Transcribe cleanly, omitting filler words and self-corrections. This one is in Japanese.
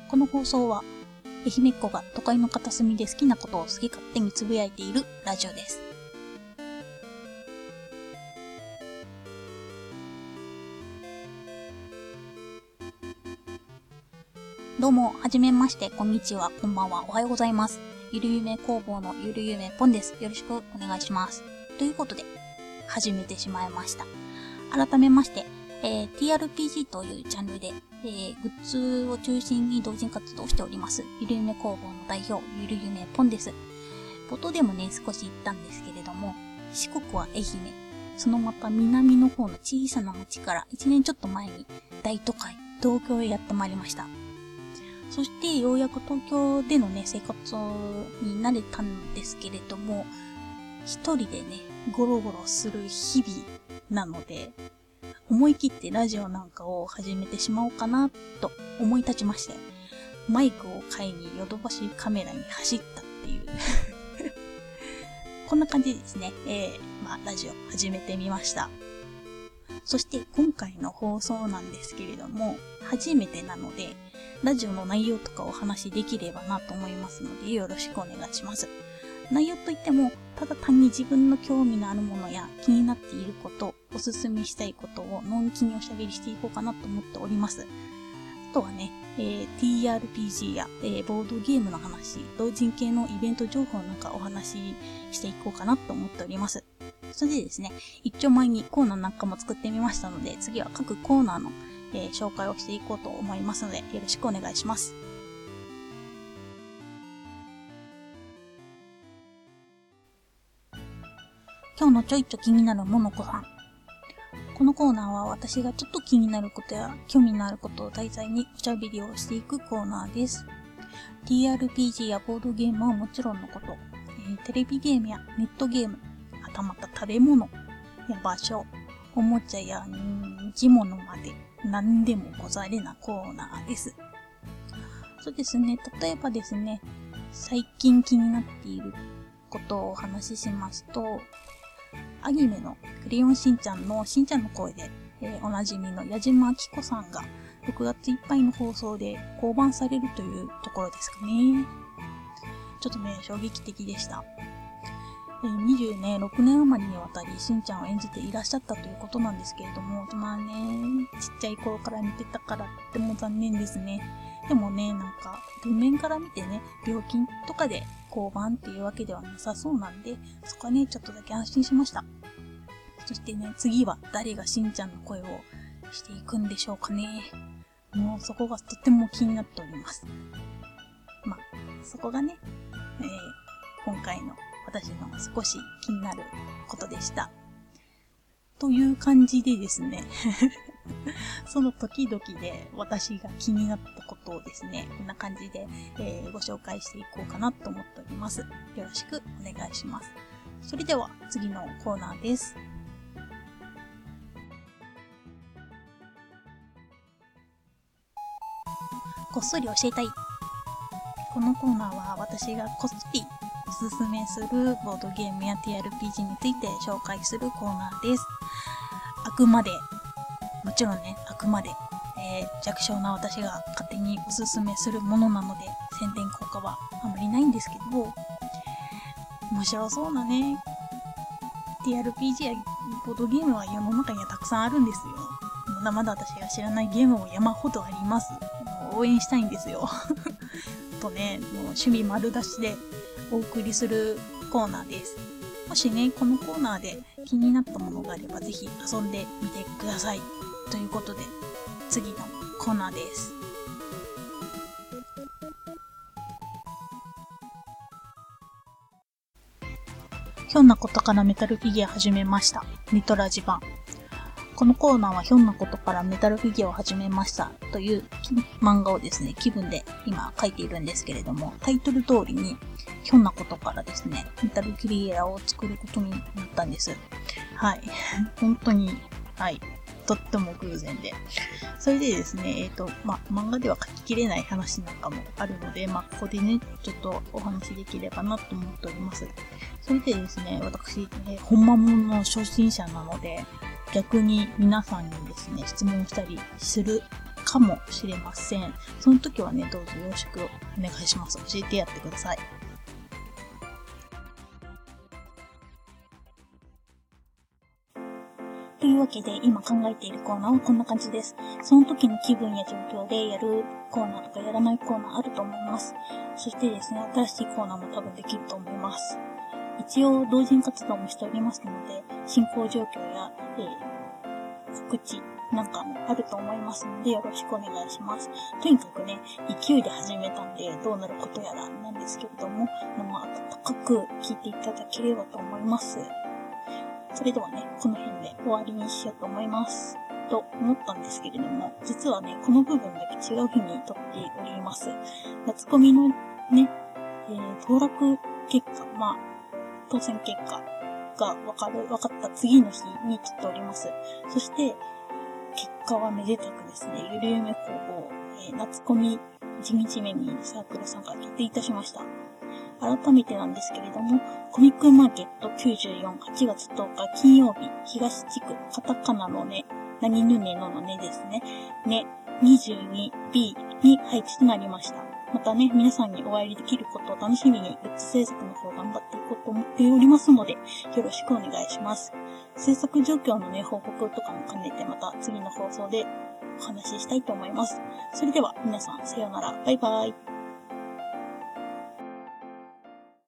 この放送は愛媛っ子が都会の片隅で好きなことを好き勝手につぶやいているラジオです。どうも、はじめまして、こんにちは、こんばんは、おはようございます。ゆるゆめ工房のゆるゆめぽんです。よろしくお願いします。ということで、始めてしまいました。改めまして、TRPG というジャンルで、グッズを中心に同人活動をしております。ゆるゆめ工房の代表、ゆるゆめぽんです。冒頭でもね、少し言ったんですけれども、四国は愛媛、そのまた南の方の小さな町から1年ちょっと前に大都会、東京へやってまいりました。そしてようやく東京でのね、生活に慣れたんですけれども、一人でね、ゴロゴロする日々なので、思い切ってラジオなんかを始めてしまおうかなと思い立ちまして、マイクを買いにヨドバシカメラに走ったっていうこんな感じですね。ラジオ始めてみました。そして今回の放送なんですけれども、初めてなのでラジオの内容とかお話しできればなと思いますので、よろしくお願いします。内容といっても、ただ単に自分の興味のあるものや気になっていること、おすすめしたいことをのんきにおしゃべりしていこうかなと思っております。あとはね、TRPG や、ボードゲームの話、同人系のイベント情報なんかお話ししていこうかなと思っております。それでですね、一丁前にコーナーなんかも作ってみましたので、次は各コーナーの、紹介をしていこうと思いますので、よろしくお願いします。今日のちょいちょ気になるものこさん。このコーナーは私がちょっと気になることや興味のあることを題材におしゃべりをしていくコーナーです。TRPG やボードゲームはもちろんのこと、テレビゲームやネットゲーム、はたまた食べ物や場所、おもちゃや人気物まで何でもござれなコーナーです。そうですね、例えばですね、最近気になっていることをお話ししますと、アニメのクレヨンしんちゃんのしんちゃんの声で、おなじみの矢島明子さんが6月いっぱいの放送で降板されるというところですかね。ちょっとね、衝撃的でした。26年余りにわたりしんちゃんを演じていらっしゃったということなんですけれども、まあね、ちっちゃい頃から見てたからっても残念ですね。でもね、なんか文面から見てね、病気とかで降板っていうわけではなさそうなんで、そこはね、ちょっとだけ安心しました。そしてね、次は誰がしんちゃんの声をしていくんでしょうかね。もうそこがとても気になっております。まあ、そこがね、今回の私の少し気になることでした。という感じでですね、その時々で私が気になったことをですね、こんな感じで、ご紹介していこうかなと思っております。よろしくお願いします。それでは次のコーナーです。こっそり教えたい。このコーナーは私がこっそりおすすめするボードゲームや TRPG について紹介するコーナーです。あくまで、もちろんね、あくまで、弱小な私が勝手におすすめするものなので、宣伝効果はあまりないんですけど、面白そうなね、TRPG やボードゲームは世の中にはたくさんあるんですよ。まだまだ私が知らないゲームも山ほどあります。もう応援したいんですよ。とね、もう趣味丸出しでお送りするコーナーです。もしね、このコーナーで気になったものがあればぜひ遊んでみてください。ということで、次のコーナーです。ひょんなことからメタルフィギュア始めました。ニトラジ版。このコーナーはひょんなことからメタルフィギュアを始めましたという漫画をですね、気分で今書いているんですけれども、タイトル通りにひょんなことからですね、メタルフィギュアを作ることになったんです。はい。本当に、はい。とっても偶然で。それでですね、漫画では書ききれない話なんかもあるので、ここでね、ちょっとお話できればなと思っております。それでですね、私、本間もんの初心者なので、逆に皆さんにですね、質問したりするかもしれません。その時はね、どうぞよろしくお願いします。教えてやってください。というわけで、今考えているコーナーはこんな感じです。その時の気分や状況でやるコーナーとかやらないコーナーあると思います。そしてですね、新しいコーナーも多分できると思います。一応、同人活動もしておりますので、進行状況や、告知なんかもあると思いますので、よろしくお願いします。とにかくね、勢いで始めたんで、どうなることやらなんですけれども、温かく聞いていただければと思います。それではね、この辺で終わりにしようと思います。と思ったんですけれども、実はね、この部分だけ違う日に撮っております。夏コミのね、登録結果、当選結果が分かった次の日に撮っております。そして、結果はめでたくですね、ゆるゆめ工房、夏コミ地道めにサークル参加決定いたしました。改めてなんですけれども、コミックマーケット94、8月10日金曜日、東地区、カタカナのね、何ぬねのねですね、ね、22B に配置となりました。またね、皆さんにお会いできることを楽しみに、グッズ制作の方頑張っていこうと思っておりますので、よろしくお願いします。制作状況のね、報告とかも兼ねて、また次の放送でお話ししたいと思います。それでは皆さん、さようなら。バイバイ。